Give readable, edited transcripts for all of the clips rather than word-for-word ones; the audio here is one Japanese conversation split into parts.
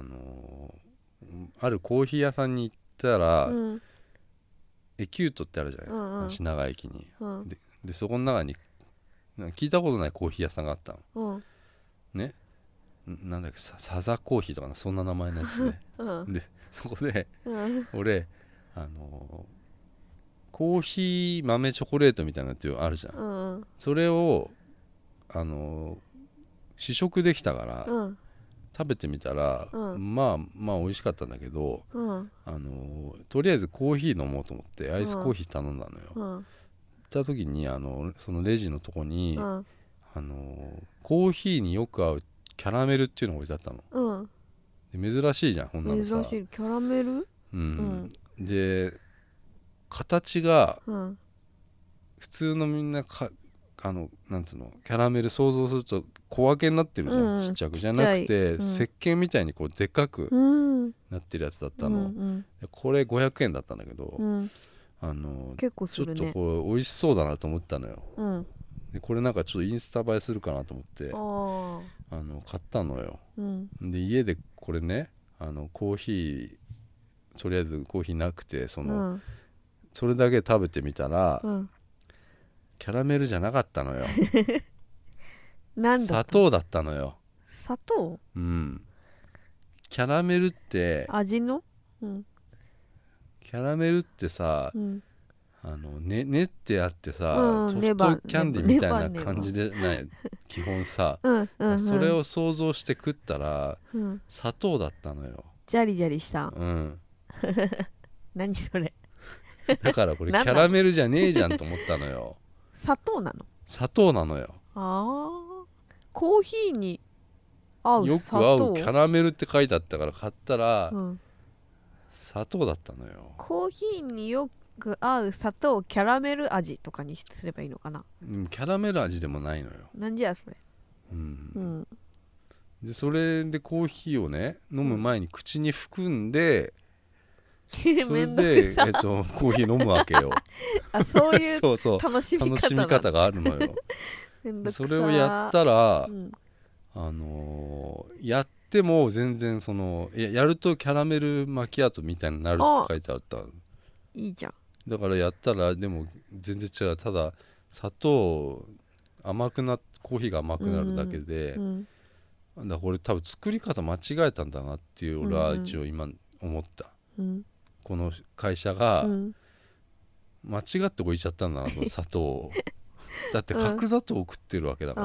あるコーヒー屋さんに行ったら、 うんエキュートってあるじゃない、 うんうん品川駅に、 うんでそこの中に聞いたことないコーヒー屋さんがあったのうんね。なんだっけ、サザコーヒーとかな、そんな名前のやつねうんでそこでうん俺コーヒー豆チョコレートみたいなやつあるじゃん、 うんそれを試食できたから、 うん食べてみたら、 うんまあまあ美味しかったんだけど、 うんとりあえずコーヒー飲もうと思ってアイスコーヒー頼んだのよ、行った時にそのレジのとこに、 うんコーヒーによく合うキャラメルっていうのが置いてあったのうんで、珍しいじゃんこんなのさ。 珍しいキャラメルで形がうん普通のみんななんつうの、キャラメル想像すると小分けになってるじゃん、ちっちゃくじゃなくて、石鹸みたいにこうでっかくなってるやつだったの、これ500円だったんだけど、 結構するね。 ちょっとこう美味しそうだなと思ったのよ、でこれなんかちょっとインスタ映えするかなと思って買ったのよ、で家でこれねコーヒーとりあえずコーヒーなくてそれだけ食べてみたら、キャラメルじゃなかったのよなんだった砂糖だったのよ。 砂糖？ キャラメルって味の？ キャラメルってさ、練ってあってさ、ソフトキャンディみたいな感じでない基本さ、それを想像して食ったら、砂糖だったのよ。 ジャリジャリした何それだからこれキャラメルじゃねえじゃんと思ったのよ砂糖なの？ 砂糖なのよ。 コーヒーに合う砂糖？ よく合うキャラメルって書いてあったから買ったら、砂糖だったのよ。 コーヒーによく合う砂糖キャラメル味とかにすればいいのかな。 キャラメル味でもないのよ。 なんじゃそれ。 でそれでコーヒーをね飲む前に口に含んで、それで、コーヒー飲むわけよそういうそうそう楽しみ方があるのよそれをやったら、やっても全然やるとキャラメルマキアートみたいになるって書いてあった。 いいじゃん。 だからやったらでも全然違う。ただ砂糖コーヒーが甘くなるだけで、だからこれ多分作り方間違えたんだなっていう俺は一応今思った、この会社が間違って置いちゃったんだなと砂糖をだって角砂糖を食ってるわけだから、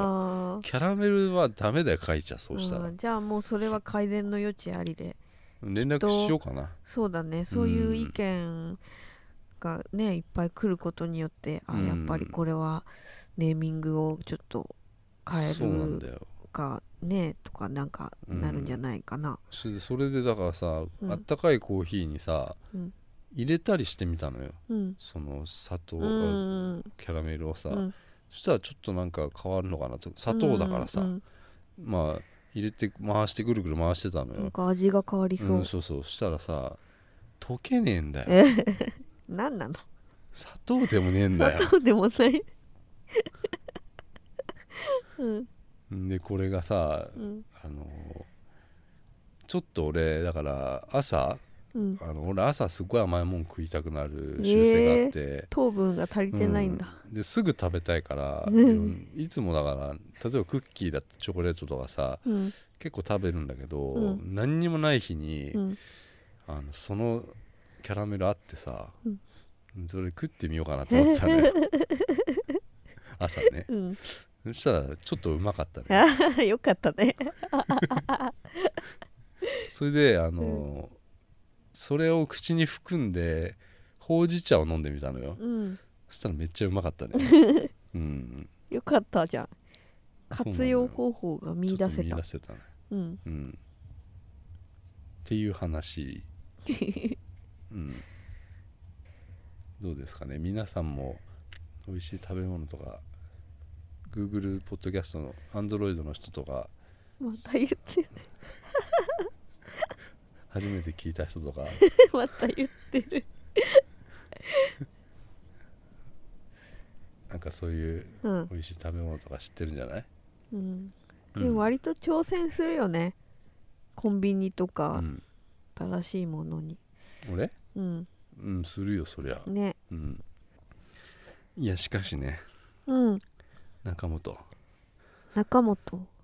キャラメルはダメだよ書いちゃ。そうしたら、 じゃあもうそれは改善の余地ありで連絡しようかな。 そうだね、そういう意見がねいっぱい来ることによって、やっぱりこれはネーミングをちょっと変えるかねとかなんかなるんじゃないかな。 それでだからさ、あったかいコーヒーにさ、入れたりしてみたのよ、その砂糖、キャラメルをさ、そしたらちょっとなんか変わるのかなと。砂糖だからさ、まあ入れて回してぐるぐる回してたのよ。 なんか味が変わりそう。 そうそう。そしたらさ溶けねえんだよ何なの？ 砂糖でもねえんだよ。 砂糖でもないでこれがさ、ちょっと俺だから朝、俺朝すごい甘いもん食いたくなる習性があって、 糖分が足りてないんだ、 ですぐ食べたいから、いつもだから例えばクッキーだってチョコレートとかさ、結構食べるんだけど、何にもない日に、そのキャラメルあってさ、それ食ってみようかなと思ったね朝ね、そしたらちょっとうまかったねよかったねそれでそれを口に含んでほうじ茶を飲んでみたのよ、そしたらめっちゃうまかったねよかったじゃん。活用方法が見出せた。 見出せたね。っていう話どうですかね。皆さんも美味しい食べ物とか Google ポッドキャストの Android の人とかまた言ってる初めて聞いた人とかまた言ってるなんかそういう美味しい食べ物とか知ってるんじゃない？ でも割と挑戦するよね。 コンビニとうかん、 新しいものに。 俺うんうんするよそりゃ。 ね。 うん、いやしかしね、 うん中本中本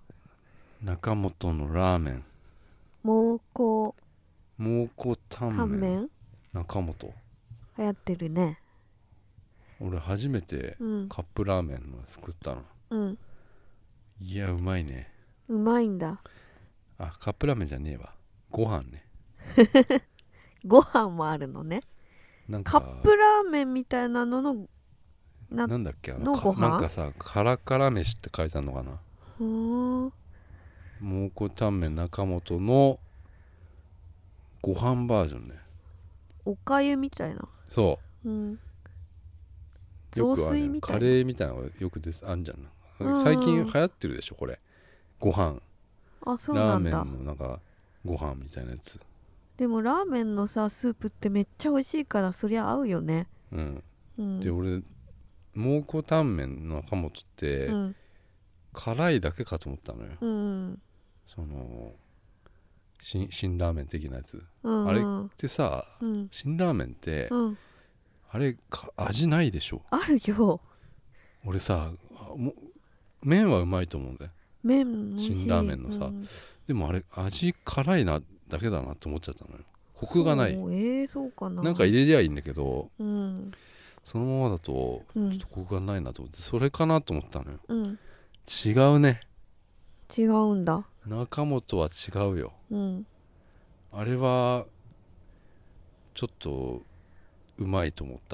のラーメン蒙古蒙古タンメンタンメン中本、 流行ってるね。 俺初めてうんカップラーメンの作ったの。 うん、 いやうまいね。 うまいんだ。 あカップラーメンじゃねえわ、ご飯ね。 ご飯もあるのね。 なんかカップラーメンみたいなののなんだっけのご飯なんかさカラカラ飯って書いてあるのかな。 ふーん。 蒙古タンメン中本のご飯バージョンね。 おかゆみたいな。 そうん。 う雑よくある炊みたいな。 カレーみたいなのがよくあんじゃん。 うん最近流行ってるでしょこれ。ご飯あ、そうラーメンなんだ。 のなんかご飯みたいなやつ。 でもラーメンのさスープってめっちゃ美味しいからそりゃ合うよね。 うん、 うんで俺蒙古タンメンの中本ってうん辛いだけかと思ったのよ。 うんその辛ラーメン的なやつ、 うんあれってさ、 うん辛ラーメンってうんあれ味ないでしょ。 あるよ。 俺さ麺はうまいと思うんだよ。 麺美味しい。 辛ラーメンのさうんでもあれ味辛いなだけだなって思っちゃったのよ。コクがない。 そうそうかな。 なんか入れりゃいいんだけどうんそのままだとちうんょっとコクがないなと思ってそれかなと思ったのよ。 うん違うね。 違うんだ。 中本は違うよ。 うんあれはちょっとうまいと思った。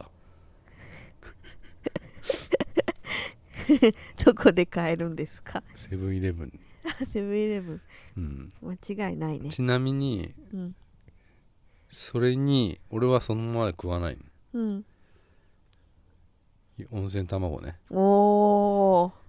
どこで買えるんですか？ セブンイレブン。 セブンイレブン。 うん、 間違いないね。 ちなみにうんそれに俺はそのままで食わないの。 うん。 温泉卵ね。 おー。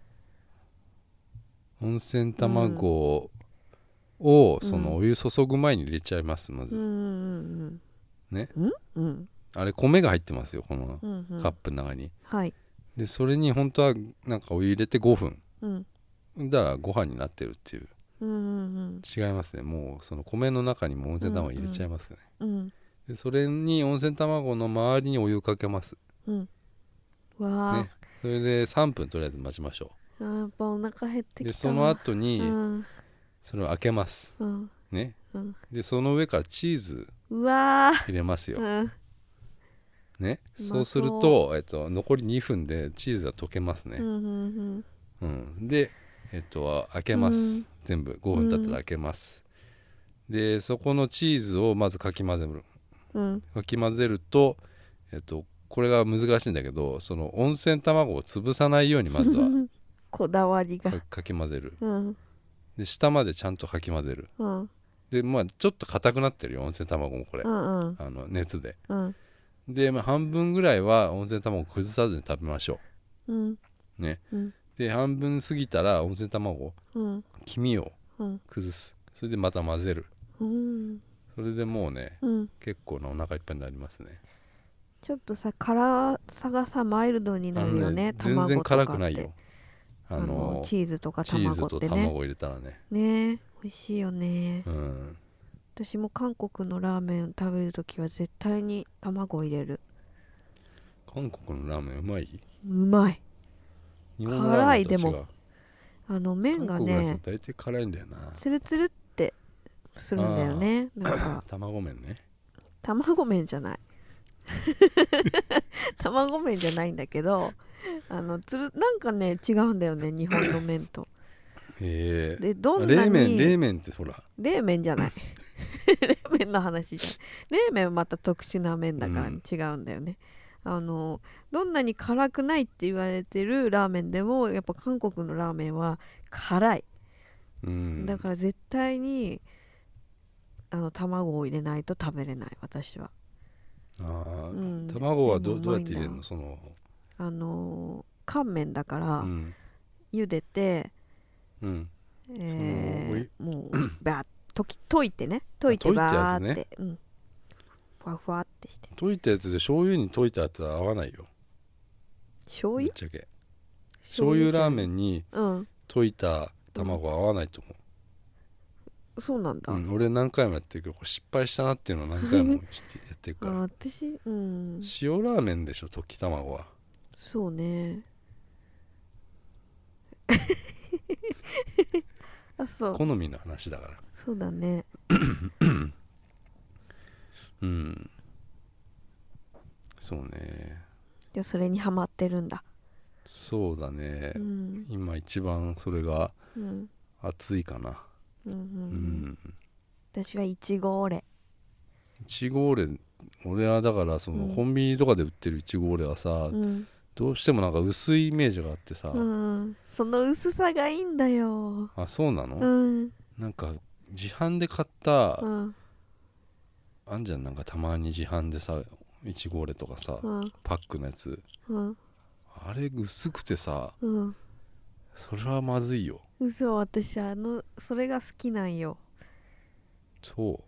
温泉卵をうんそのお湯注ぐ前に入れちゃいますまず、 うんうんね。 うんうんあれ米が入ってますよこのうんうん。 カップの中に。 はい。 でそれに本当はなんかお湯入れて5分うんだからご飯になってるっていう。 うんうん違いますね。もうその米の中にも温泉卵入れちゃいますね、 うんでそれに温泉卵の周りにお湯をかけます、 うんわあ、 ね、それで3分とりあえず待ちましょやっぱお腹減ってきたわ。 う。でその後にうんそれを開けますうんね。 うんでその上からチーズうわ入れますよ、 ーうんね。 うまそうそうすると、残り2分でチーズが溶けますね、 うんうんうんで開けます、 うん全部5分経ったら開けます、でそこのチーズをまずかき混ぜる。 うんかき混ぜると、これが難しいんだけどその温泉卵を潰さないようにまずはこだわりが。 かき混ぜる。 うんで下までちゃんとかき混ぜる。 うんでまあちょっと硬くなってるよ温泉卵もこれ、 うんうん熱で。 うんで、半分ぐらいは温泉卵を崩さずに食べましょうんうね。 うんで半分過ぎたら温泉卵うん黄身をうん崩す。それでまた混ぜる。 うんそれでもうねうん結構なお腹いっぱいになりますね。 ちょっとさ辛さがさマイルドになるよね。 全然卵とかって辛くないよ。 チーズとかチーズ卵ってね。 と卵入れたらね。 ね美味しいよね。 うん私も韓国のラーメン食べるときは絶対に卵を入れる。 韓国のラーメンうまい？ うまい。 日本のラーメンと違う。 辛い麺が韓国のやねつ大体辛いんだよな。 ツルツルってするんだよね。なんか卵麺ね。 卵麺じゃない卵麺じゃないんだけどなんかね違うんだよね日本の麺と。 へえ。 でどんなに冷麺ってほら。 冷麺じゃない冷麺の話じゃない。冷麺はまた特殊な麺だから違うんだよね。どんなに辛くないって言われてるラーメンでもやっぱ韓国のラーメンは辛い。だから絶対に卵を入れないと食べれない私は。 卵はどうやって入れるの？その乾麺だから、茹でて、もうバーッ溶いてね溶いてバーってふわふわってして。 溶いたやつで醤油に溶いたやつは合わないよ。 醤油？ ぶっちゃけ醤油ラーメンに溶いた卵は合わないと思う。 そうなんだ、 俺何回もやってるけどこれ失敗したなっていうのを何回もやってるから私塩ラーメンでしょ、溶き卵は。 そうねあ、そう好みの話だから。 そうだねそうね。 じゃあそれにハマってるんだ。 そうだね、今一番それが熱いかな。 私はいちごオレ。 いちごオレ、俺はだからそのコンビニとかで売ってるいちごオレはさ、どうしてもなんか薄いイメージがあってさ、 その薄さがいいんだよ。 あ、そうなの？なんか自販で買った、あんじゃん、なんかたまに自販でさいちごオレとかさ、パックのやつ、あれ薄くてさ、それはまずいよ。 嘘、私それが好きなんよ。 そう。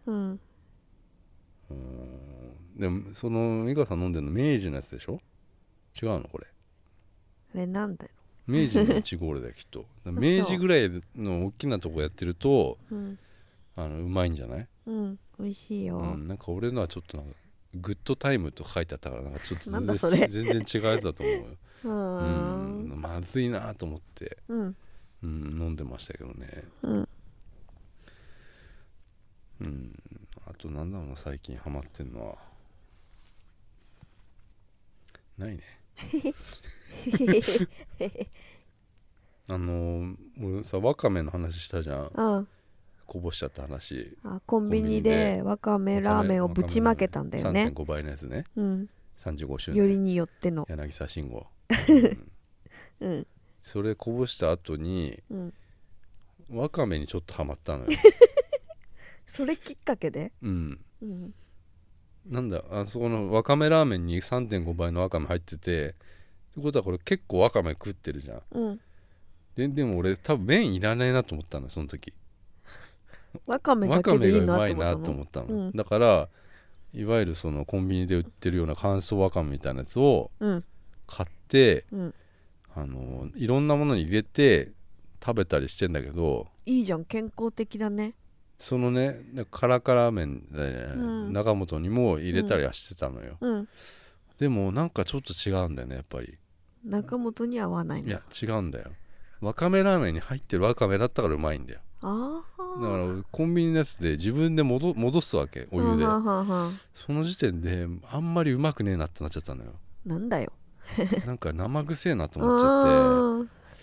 でもその美香さん飲んでるの明治のやつでしょ？違うのこれ？ あれなんだよ。 明治のいちごオレだよきっと。明治ぐらいの大きなとこやってると、うまいんじゃない？ 美味しいよ。 なんか俺のはちょっとなんかグッドタイムと書いてあったからなんかちょっとなんだそれ全然違うやつだと思うよ。まずいなと思って、飲んでましたけどね。あとなんだろうな、最近ハマってんのはないね俺さわかめの話したじゃん。こぼしちゃった話。 コンビニでわかめラーメンをぶちまけたんだよね。 3.5 倍のやつね。35周年よりによっての柳沢慎吾それこぼした後に、わかめにちょっとハマったのよそれきっかけで、 なんだ、あそこのわかめラーメンに 3.5 倍のわかめ入ってて、ってことはこれ結構わかめ食ってるじゃん、でも俺多分麺いらないなと思ったのその時。 わかめだけでいいなわかめがうまいなと思ったの、だからいわゆるそのコンビニで売ってるような乾燥わかめみたいなやつを買って、いろんなものに入れて食べたりしてんだけど、 いいじゃん、健康的だね。 そのねカラカラ麺で、中本にも入れたりはしてたのよ、でもなんかちょっと違うんだよねやっぱり。 中本に合わないの？ いや違うんだよ。わかめラーメンに入ってるわかめだったからうまいんだよ。だからコンビニのやつで自分で戻すわけ、お湯で。その時点であんまりうまくねえなってなっちゃったのよ。 なんだよなんか生臭えなと思っちゃ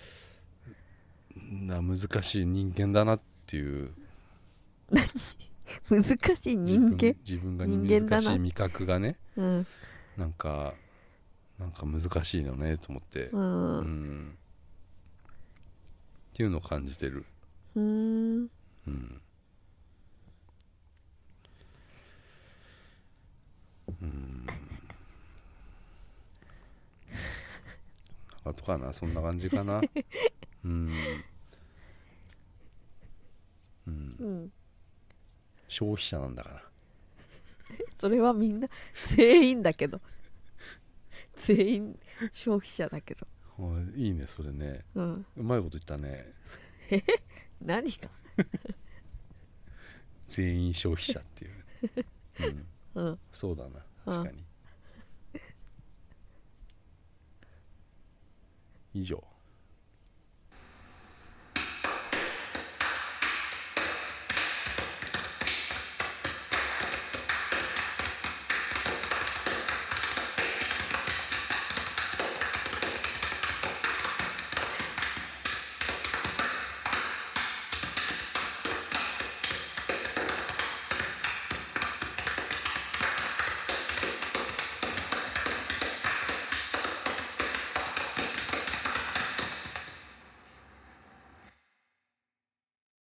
って難しい人間だなっていう。 難しい人間？ 自分が難しい味覚がね、なんか難しいのねと思って、っていうのを感じてる。あとかな、そんな感じかな消費者なんだからそれはみんな全員だけど全員消費者だけど。 いいねそれね、うまいこと言ったね。 何が全員消費者っていう、そうだな、確かに。以上。